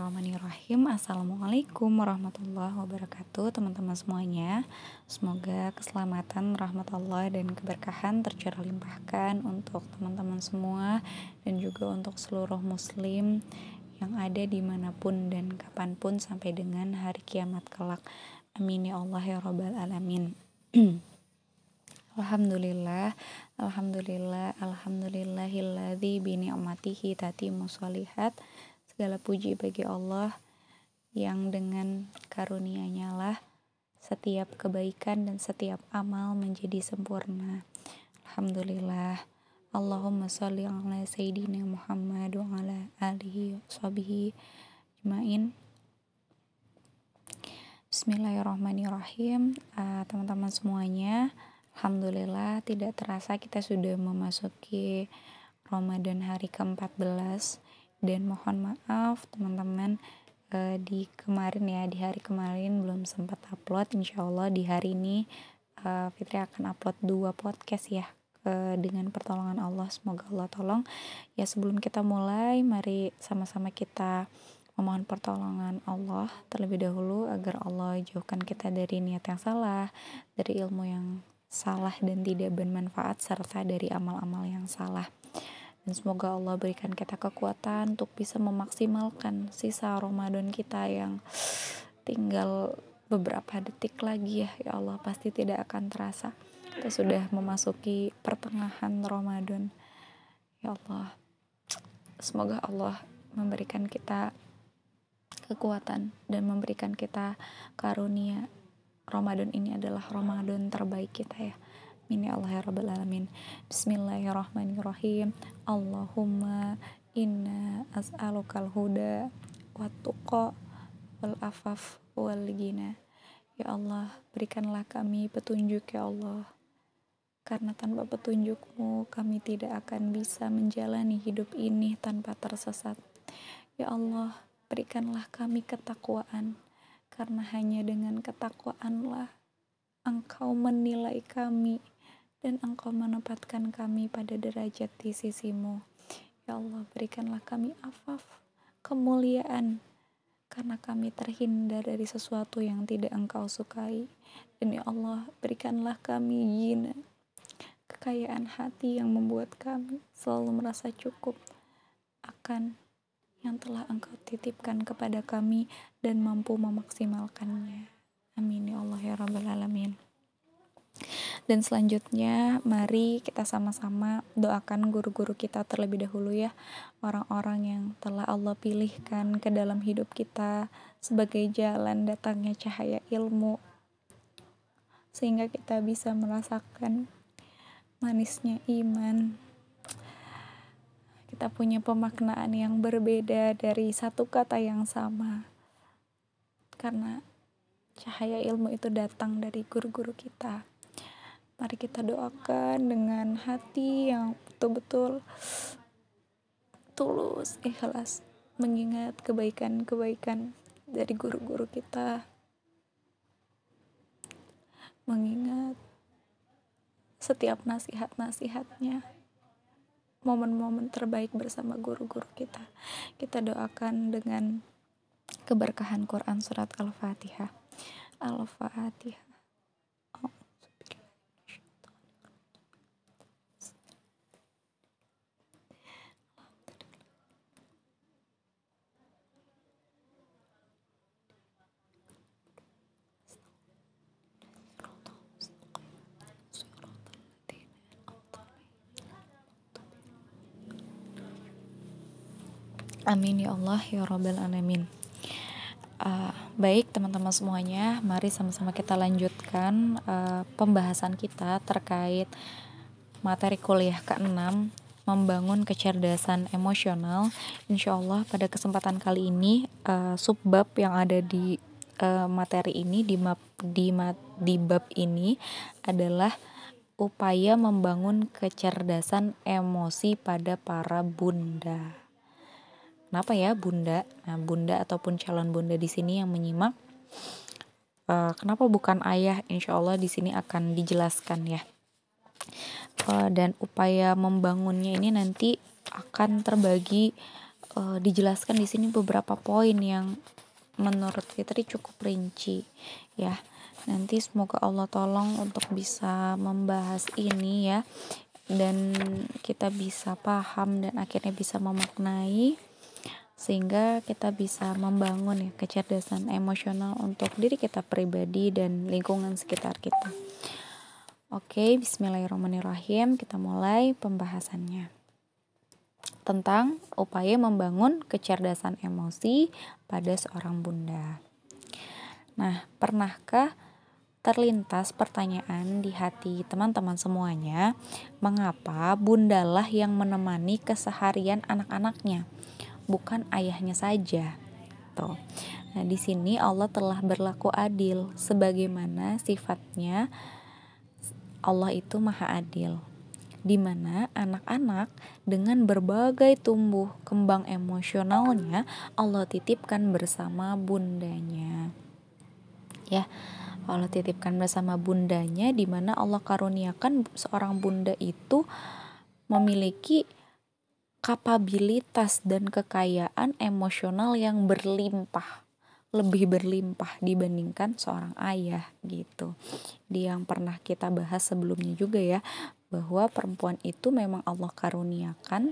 Bismillahirrahmanirrahim. Assalamualaikum warahmatullahi wabarakatuh, teman-teman semuanya. Semoga keselamatan, rahmat Allah, dan keberkahan tercurah limpahkan untuk teman-teman semua dan juga untuk seluruh muslim yang ada dimanapun dan kapanpun sampai dengan hari kiamat kelak. Amin ya Allah ya Rabbal Alamin. Alhamdulillahilladzi bi ni'matihi tatimmu sholihat. Segala puji bagi Allah yang dengan karunia-Nya lah setiap kebaikan dan setiap amal menjadi sempurna. Alhamdulillah. Allahumma sholli ala sayyidina Muhammad wa ala alihi washabihi ajmain. Bismillahirrahmanirrahim. Teman-teman semuanya, alhamdulillah tidak terasa kita sudah memasuki Ramadan hari ke-14, dan mohon maaf teman-teman di hari kemarin belum sempat upload. Insyaallah di hari ini Fitri akan upload 2 podcast ya, dengan pertolongan Allah. Semoga Allah tolong ya. Sebelum kita mulai, mari sama-sama kita memohon pertolongan Allah terlebih dahulu agar Allah jauhkan kita dari niat yang salah, dari ilmu yang salah dan tidak bermanfaat, serta dari amal-amal yang salah. Dan semoga Allah berikan kita kekuatan untuk bisa memaksimalkan sisa Ramadan kita yang tinggal beberapa detik lagi ya. Ya Allah, pasti tidak akan terasa kita sudah memasuki pertengahan Ramadan. Ya Allah, semoga Allah memberikan kita kekuatan dan memberikan kita karunia. Ramadan ini adalah Ramadan terbaik kita ya. Amin ya Allah ya Rabbal Alamin. Bismillahirrahmanirrahim. Allahumma inna as'alukal huda wat tuqa wal afaf wal ghina. Ya Allah, berikanlah kami petunjuk ya Allah, karena tanpa petunjuk-Mu kami tidak akan bisa menjalani hidup ini tanpa tersesat. Ya Allah, berikanlah kami ketakwaan, karena hanya dengan ketakwaanlah Engkau menilai kami dan Engkau menempatkan kami pada derajat di sisi-Mu. Ya Allah, berikanlah kami afaf, kemuliaan, karena kami terhindar dari sesuatu yang tidak Engkau sukai. Dan ya Allah, berikanlah kami ghina, kekayaan hati yang membuat kami selalu merasa cukup akan yang telah Engkau titipkan kepada kami dan mampu memaksimalkannya. Amin ya Allah ya Rabbal Alamin. Dan selanjutnya mari kita sama-sama doakan guru-guru kita terlebih dahulu ya, orang-orang yang telah Allah pilihkan ke dalam hidup kita sebagai jalan datangnya cahaya ilmu, sehingga kita bisa merasakan manisnya iman. Kita punya pemaknaan yang berbeda dari satu kata yang sama, karena cahaya ilmu itu datang dari guru-guru kita. Mari kita doakan dengan hati yang betul-betul tulus, ikhlas, mengingat kebaikan-kebaikan dari guru-guru kita, mengingat setiap nasihat-nasihatnya, momen-momen terbaik bersama guru-guru kita. Kita doakan dengan keberkahan Quran surat Al-Fatihah. Al-Fatihah. Amin ya Allah ya Rabbal Alamin. Baik teman-teman semuanya, mari sama-sama kita lanjutkan pembahasan kita terkait materi kuliah ke-6, membangun kecerdasan emosional. Insyaallah pada kesempatan kali ini subbab yang ada di materi ini, di bab ini adalah upaya membangun kecerdasan emosi pada para bunda. Kenapa ya bunda? Nah, bunda ataupun calon bunda di sini yang menyimak, kenapa bukan ayah? Insyaallah di sini akan dijelaskan ya. Dan upaya membangunnya ini nanti akan terbagi dijelaskan di sini beberapa poin yang menurut Fitri cukup rinci ya. Nanti semoga Allah tolong untuk bisa membahas ini ya, dan kita bisa paham dan akhirnya bisa memaknai, sehingga kita bisa membangun ya kecerdasan emosional untuk diri kita pribadi dan lingkungan sekitar kita. Oke, bismillahirrahmanirrahim. Kita mulai pembahasannya tentang upaya membangun kecerdasan emosi pada seorang bunda. Nah, pernahkah terlintas pertanyaan di hati teman-teman semuanya, mengapa bundalah yang menemani keseharian anak-anaknya, bukan ayahnya saja? Tuh. Nah, di sini Allah telah berlaku adil, sebagaimana sifatnya Allah itu maha adil, di mana anak-anak dengan berbagai tumbuh kembang emosionalnya Allah titipkan bersama bundanya. Ya, Allah titipkan bersama bundanya, di mana Allah karuniakan seorang bunda itu memiliki kapabilitas dan kekayaan emosional yang berlimpah, lebih berlimpah dibandingkan seorang ayah gitu. Di yang pernah kita bahas sebelumnya juga ya, bahwa perempuan itu memang Allah karuniakan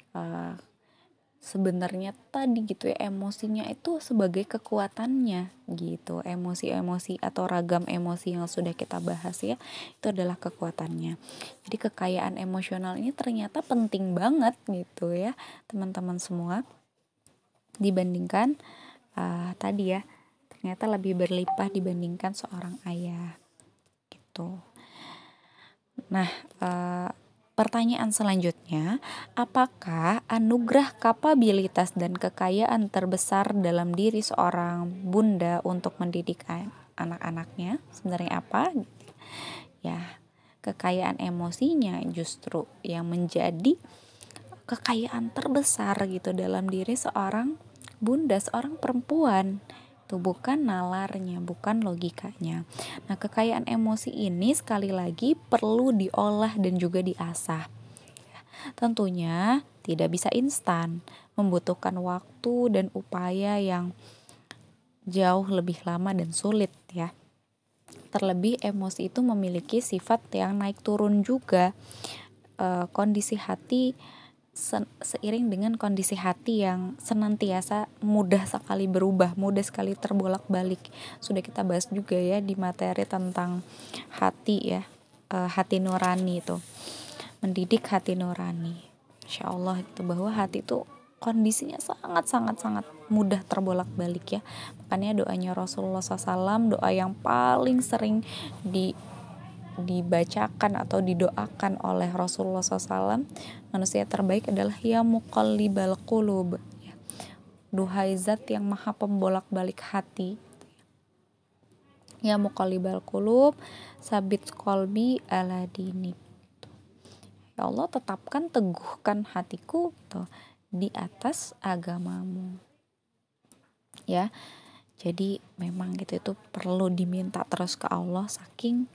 sebenarnya tadi gitu ya, emosinya itu sebagai kekuatannya gitu. Emosi-emosi atau ragam emosi yang sudah kita bahas ya, itu adalah kekuatannya. Jadi kekayaan emosional ini ternyata penting banget gitu ya teman-teman semua, dibandingkan tadi ya, ternyata lebih berlimpah dibandingkan seorang ayah gitu. Nah, pertanyaan selanjutnya, apakah anugerah kapabilitas dan kekayaan terbesar dalam diri seorang bunda untuk mendidik anak-anaknya sebenarnya apa? Ya, kekayaan emosinya justru yang menjadi kekayaan terbesar gitu dalam diri seorang bunda, seorang perempuan. Itu bukan nalarnya, bukan logikanya. Nah, kekayaan emosi ini sekali lagi perlu diolah dan juga diasah. Tentunya tidak bisa instan, membutuhkan waktu dan upaya yang jauh lebih lama dan sulit ya. Terlebih emosi itu memiliki sifat yang naik turun juga. Kondisi hati seiring dengan kondisi hati yang senantiasa mudah sekali berubah, mudah sekali terbolak-balik. Sudah kita bahas juga ya di materi tentang hati ya, hati nurani itu, mendidik hati nurani. Insya Allah itu bahwa hati itu kondisinya sangat mudah terbolak-balik ya. Makanya doanya Rasulullah SAW, doa yang paling sering dibacakan atau didoakan oleh Rasulullah SAW, manusia terbaik adalah ya muqallibal qulub, ya. Duhai zat yang maha pembolak-balik hati, ya muqallibal qulub sabit qalbi ala dinik. Ya Allah, tetapkan, teguhkan hatiku tuh di atas agamamu ya. Jadi memang gitu, itu perlu diminta terus ke Allah, saking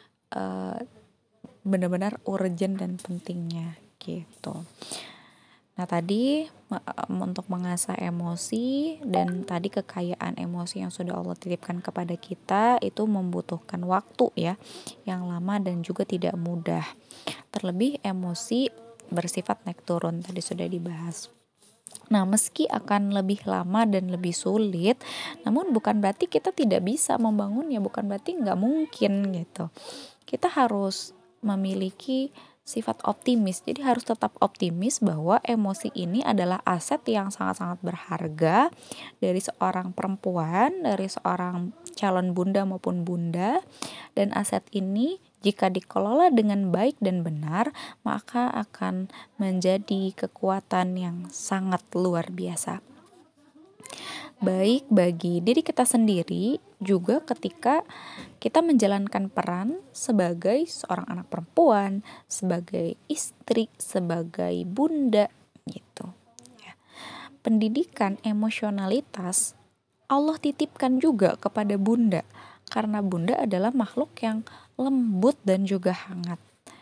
benar-benar urgent dan pentingnya gitu. Nah, tadi untuk mengasah emosi dan tadi kekayaan emosi yang sudah Allah titipkan kepada kita itu membutuhkan waktu ya, yang lama dan juga tidak mudah. Terlebih emosi bersifat naik turun, tadi sudah dibahas. Nah, meski akan lebih lama dan lebih sulit, namun bukan berarti kita tidak bisa membangunnya, bukan berarti nggak mungkin gitu. Kita harus memiliki sifat optimis, jadi harus tetap optimis bahwa emosi ini adalah aset yang sangat-sangat berharga dari seorang perempuan, dari seorang calon bunda maupun bunda, dan aset ini jika dikelola dengan baik dan benar, maka akan menjadi kekuatan yang sangat luar biasa. Baik bagi diri kita sendiri, juga ketika kita menjalankan peran sebagai seorang anak perempuan, sebagai istri, sebagai bunda gitu. Ya. Pendidikan emosionalitas Allah titipkan juga kepada bunda, karena bunda adalah makhluk yang lembut dan juga hangat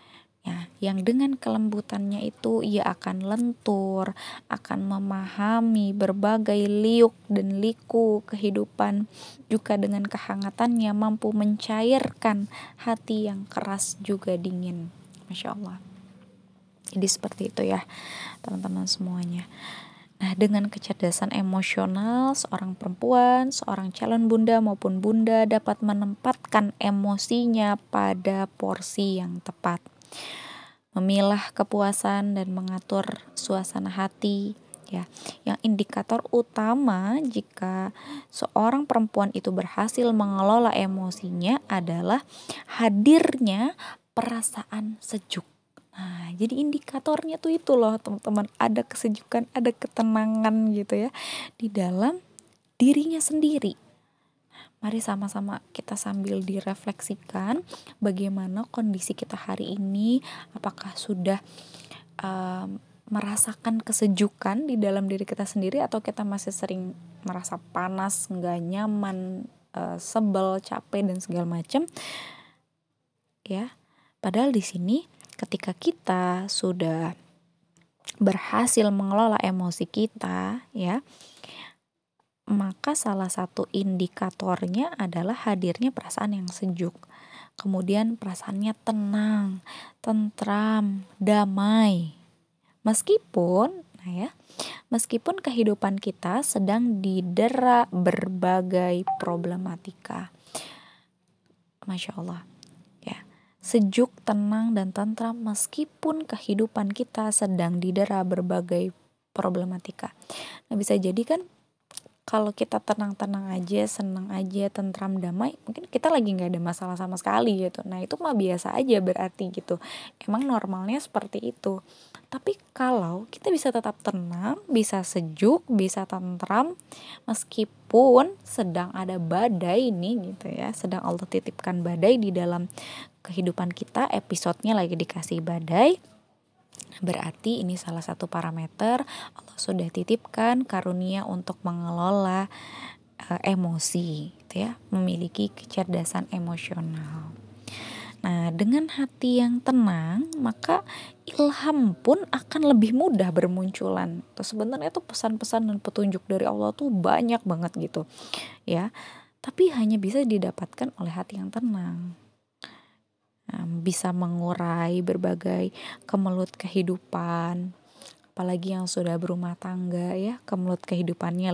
Ya, yang dengan kelembutannya itu ia akan lentur, akan memahami berbagai liuk dan liku kehidupan, juga dengan kehangatannya mampu mencairkan hati yang keras juga dingin. Masya Allah. Jadi seperti itu ya teman-teman semuanya. Nah, dengan kecerdasan emosional, seorang perempuan, seorang calon bunda maupun bunda dapat menempatkan emosinya pada porsi yang tepat, memilah kepuasan dan mengatur suasana hati. Ya, yang indikator utama jika seorang perempuan itu berhasil mengelola emosinya adalah hadirnya perasaan sejuk. Nah, jadi indikatornya tuh itu loh teman-teman, ada kesejukan, ada ketenangan gitu ya di dalam dirinya sendiri. Mari sama-sama kita sambil direfleksikan bagaimana kondisi kita hari ini, apakah sudah merasakan kesejukan di dalam diri kita sendiri atau kita masih sering merasa panas, nggak nyaman, sebel, capek dan segala macam. Ya, padahal di sini ketika kita sudah berhasil mengelola emosi kita, ya, maka salah satu indikatornya adalah hadirnya perasaan yang sejuk. Kemudian perasaannya tenang, tentram, damai. Meskipun kehidupan kita sedang didera berbagai problematika. Masya Allah. Sejuk, tenang, dan tentram meskipun kehidupan kita sedang didera berbagai problematika. Nah, bisa jadi kan kalau kita tenang-tenang aja, senang aja, tentram, damai, mungkin kita lagi nggak ada masalah sama sekali gitu. Nah, itu mah biasa aja berarti gitu. Emang normalnya seperti itu. Tapi kalau kita bisa tetap tenang, bisa sejuk, bisa tentram, meskipun sedang ada badai nih gitu ya, sedang Allah titipkan badai di dalam kehidupan kita, episodenya lagi dikasih badai, berarti ini salah satu parameter Allah sudah titipkan karunia untuk mengelola emosi, gitu ya, memiliki kecerdasan emosional. Nah, dengan hati yang tenang, maka ilham pun akan lebih mudah bermunculan. Tuh, sebenarnya tuh pesan-pesan dan petunjuk dari Allah tuh banyak banget gitu, ya. Tapi hanya bisa didapatkan oleh hati yang tenang. Bisa mengurai berbagai kemelut kehidupan, apalagi yang sudah berumah tangga ya, kemelut kehidupannya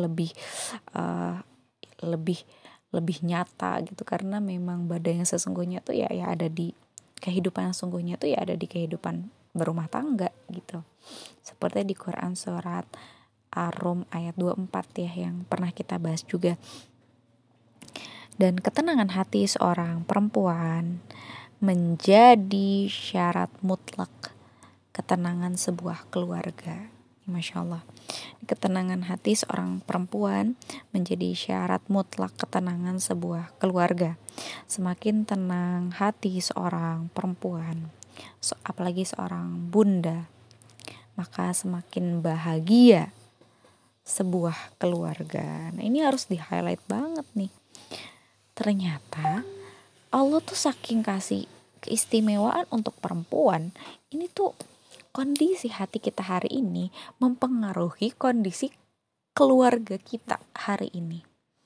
lebih nyata gitu, karena memang badai yang sesungguhnya tuh ya ada di kehidupan yang sesungguhnya tuh ya ada di kehidupan berumah tangga gitu. Seperti di Quran surat Ar-Rum ayat 24 ya, yang pernah kita bahas juga. Dan ketenangan hati seorang perempuan menjadi syarat mutlak ketenangan sebuah keluarga. Masya Allah. Ketenangan hati seorang perempuan menjadi syarat mutlak ketenangan sebuah keluarga. Semakin tenang hati seorang perempuan, apalagi seorang bunda, maka semakin bahagia sebuah keluarga. Nah, ini harus di-highlight banget nih. Ternyata Allah tuh saking kasih keistimewaan untuk perempuan, ini tuh kondisi hati kita hari ini mempengaruhi kondisi keluarga kita hari ini.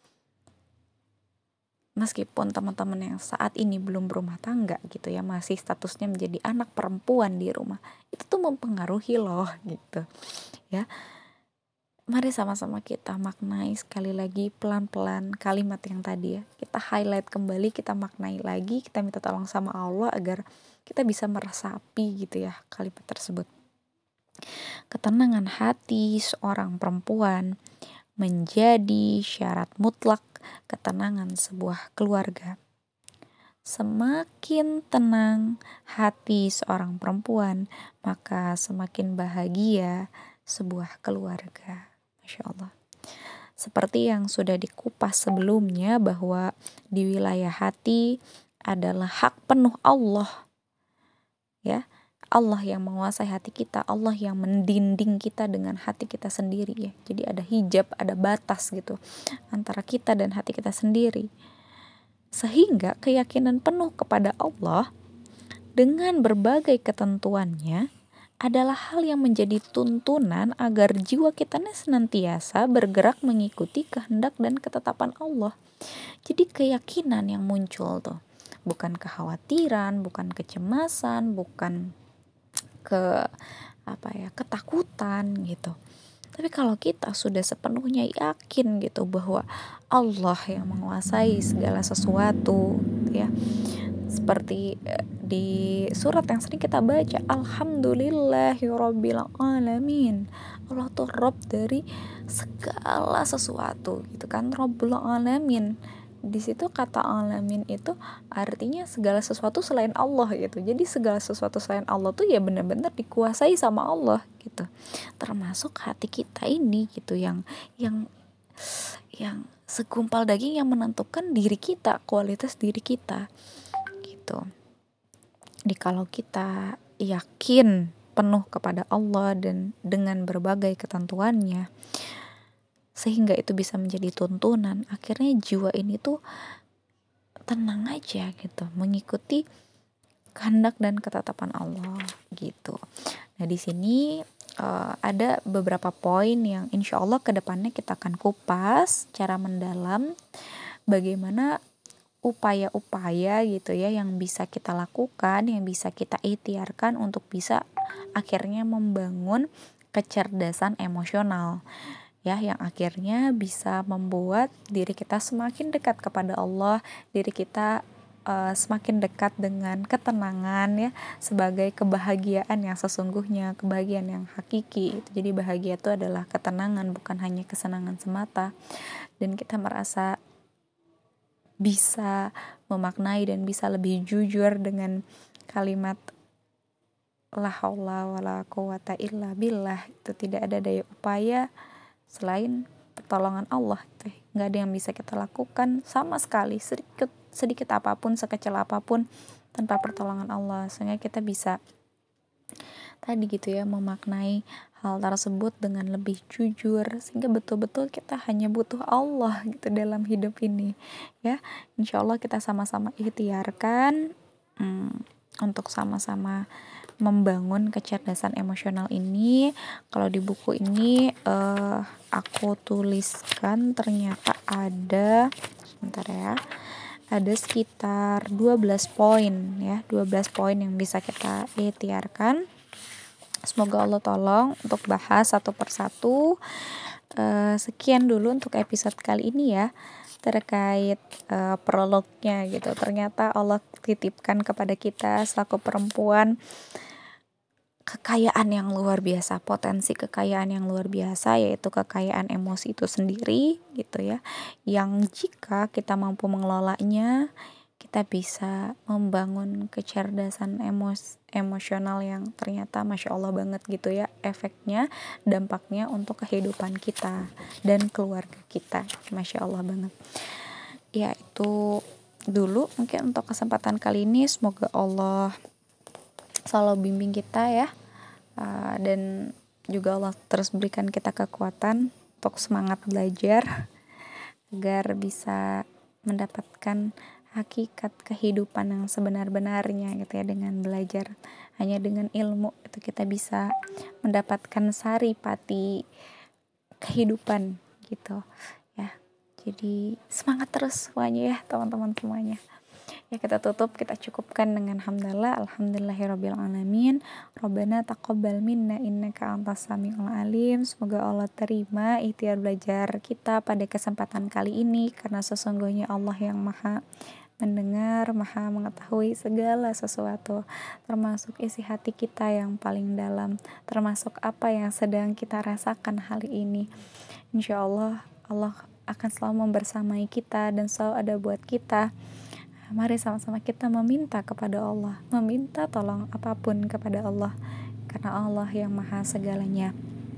Meskipun teman-teman yang saat ini belum berumah tangga gitu ya, masih statusnya menjadi anak perempuan di rumah, itu tuh mempengaruhi loh gitu ya. Mari sama-sama kita maknai sekali lagi pelan-pelan kalimat yang tadi ya. Kita highlight kembali, kita maknai lagi, kita minta tolong sama Allah agar kita bisa meresapi gitu ya kalimat tersebut. Ketenangan hati seorang perempuan menjadi syarat mutlak ketenangan sebuah keluarga. Semakin tenang hati seorang perempuan, maka semakin bahagia sebuah keluarga. Masya Allah. Seperti yang sudah dikupas sebelumnya bahwa di wilayah hati adalah hak penuh Allah. Ya, Allah yang menguasai hati kita, Allah yang mendinding kita dengan hati kita sendiri ya. Jadi ada hijab, ada batas gitu antara kita dan hati kita sendiri. Sehingga keyakinan penuh kepada Allah dengan berbagai ketentuannya adalah hal yang menjadi tuntunan agar jiwa kita senantiasa bergerak mengikuti kehendak dan ketetapan Allah. Jadi keyakinan yang muncul tuh, bukan kekhawatiran, bukan kecemasan, bukan ketakutan gitu. Tapi kalau kita sudah sepenuhnya yakin gitu bahwa Allah yang menguasai segala sesuatu gitu ya. Seperti di surat yang sering kita baca, alhamdulillahirabbil alamin. Allah tuh Rob dari segala sesuatu gitu kan, Rabbul alamin. Di situ kata alamin itu artinya segala sesuatu selain Allah gitu. Jadi segala sesuatu selain Allah tuh ya benar-benar dikuasai sama Allah gitu. Termasuk hati kita ini gitu yang segumpal daging yang menentukan diri kita, kualitas diri kita gitu. Jadi kalau kita yakin penuh kepada Allah dan dengan berbagai ketentuannya, sehingga itu bisa menjadi tuntunan, akhirnya jiwa ini tuh tenang aja gitu, mengikuti kehendak dan ketetapan Allah gitu. Nah di sini ada beberapa poin yang insya Allah kedepannya kita akan kupas secara mendalam bagaimana upaya-upaya gitu ya yang bisa kita lakukan, yang bisa kita ikhtiarkan untuk bisa akhirnya membangun kecerdasan emosional ya, yang akhirnya bisa membuat diri kita semakin dekat kepada Allah, diri kita semakin dekat dengan ketenangan ya, sebagai kebahagiaan yang sesungguhnya, kebahagiaan yang hakiki. Jadi bahagia itu adalah ketenangan, bukan hanya kesenangan semata, dan kita merasa bisa memaknai dan bisa lebih jujur dengan kalimat la haula wala quwata illa billah. Itu tidak ada daya upaya selain pertolongan Allah. Nggak ada yang bisa kita lakukan sama sekali, sedikit apapun, sekecil apapun, tanpa pertolongan Allah. Sehingga kita bisa tadi gitu ya, memaknai hal tersebut dengan lebih jujur, sehingga betul-betul kita hanya butuh Allah gitu dalam hidup ini ya. Insya Allah kita sama-sama ikhtiarkan untuk sama-sama membangun kecerdasan emosional ini. Kalau di buku ini aku tuliskan ternyata ada sebentar ya, ada sekitar 12 poin ya, 12 poin yang bisa kita ikhtiarkan. Semoga Allah tolong untuk bahas satu persatu. Sekian dulu untuk episode kali ini ya, terkait prolognya gitu. Ternyata Allah titipkan kepada kita selaku perempuan kekayaan yang luar biasa, potensi kekayaan yang luar biasa, yaitu kekayaan emosi itu sendiri gitu ya, yang jika kita mampu mengelolanya, kita bisa membangun kecerdasan emosional yang ternyata Masya Allah banget gitu ya, efeknya, dampaknya untuk kehidupan kita dan keluarga kita, Masya Allah banget ya. Itu dulu mungkin untuk kesempatan kali ini. Semoga Allah selalu bimbing kita ya, dan juga Allah terus berikan kita kekuatan untuk semangat belajar agar bisa mendapatkan hakikat kehidupan yang sebenar-benarnya gitu ya. Dengan belajar, hanya dengan ilmu itu kita bisa mendapatkan saripati kehidupan gitu ya. Jadi semangat terus semuanya ya teman-teman semuanya ya. Kita tutup, kita cukupkan dengan hamdalah, alhamdulillahirabbil alamin, Rabbana taqabbal minna innaka antas samiul alim. Semoga Allah terima ikhtiar belajar kita pada kesempatan kali ini, karena sesungguhnya Allah yang maha mendengar, maha mengetahui segala sesuatu, termasuk isi hati kita yang paling dalam, termasuk apa yang sedang kita rasakan hari ini. Insya Allah, Allah akan selalu membersamai kita dan selalu ada buat kita. Mari sama-sama kita meminta kepada Allah, meminta tolong apapun kepada Allah, karena Allah yang maha segalanya.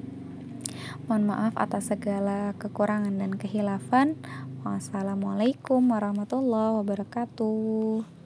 Mohon maaf atas segala kekurangan dan kehilafan. Wassalamualaikum warahmatullahi wabarakatuh.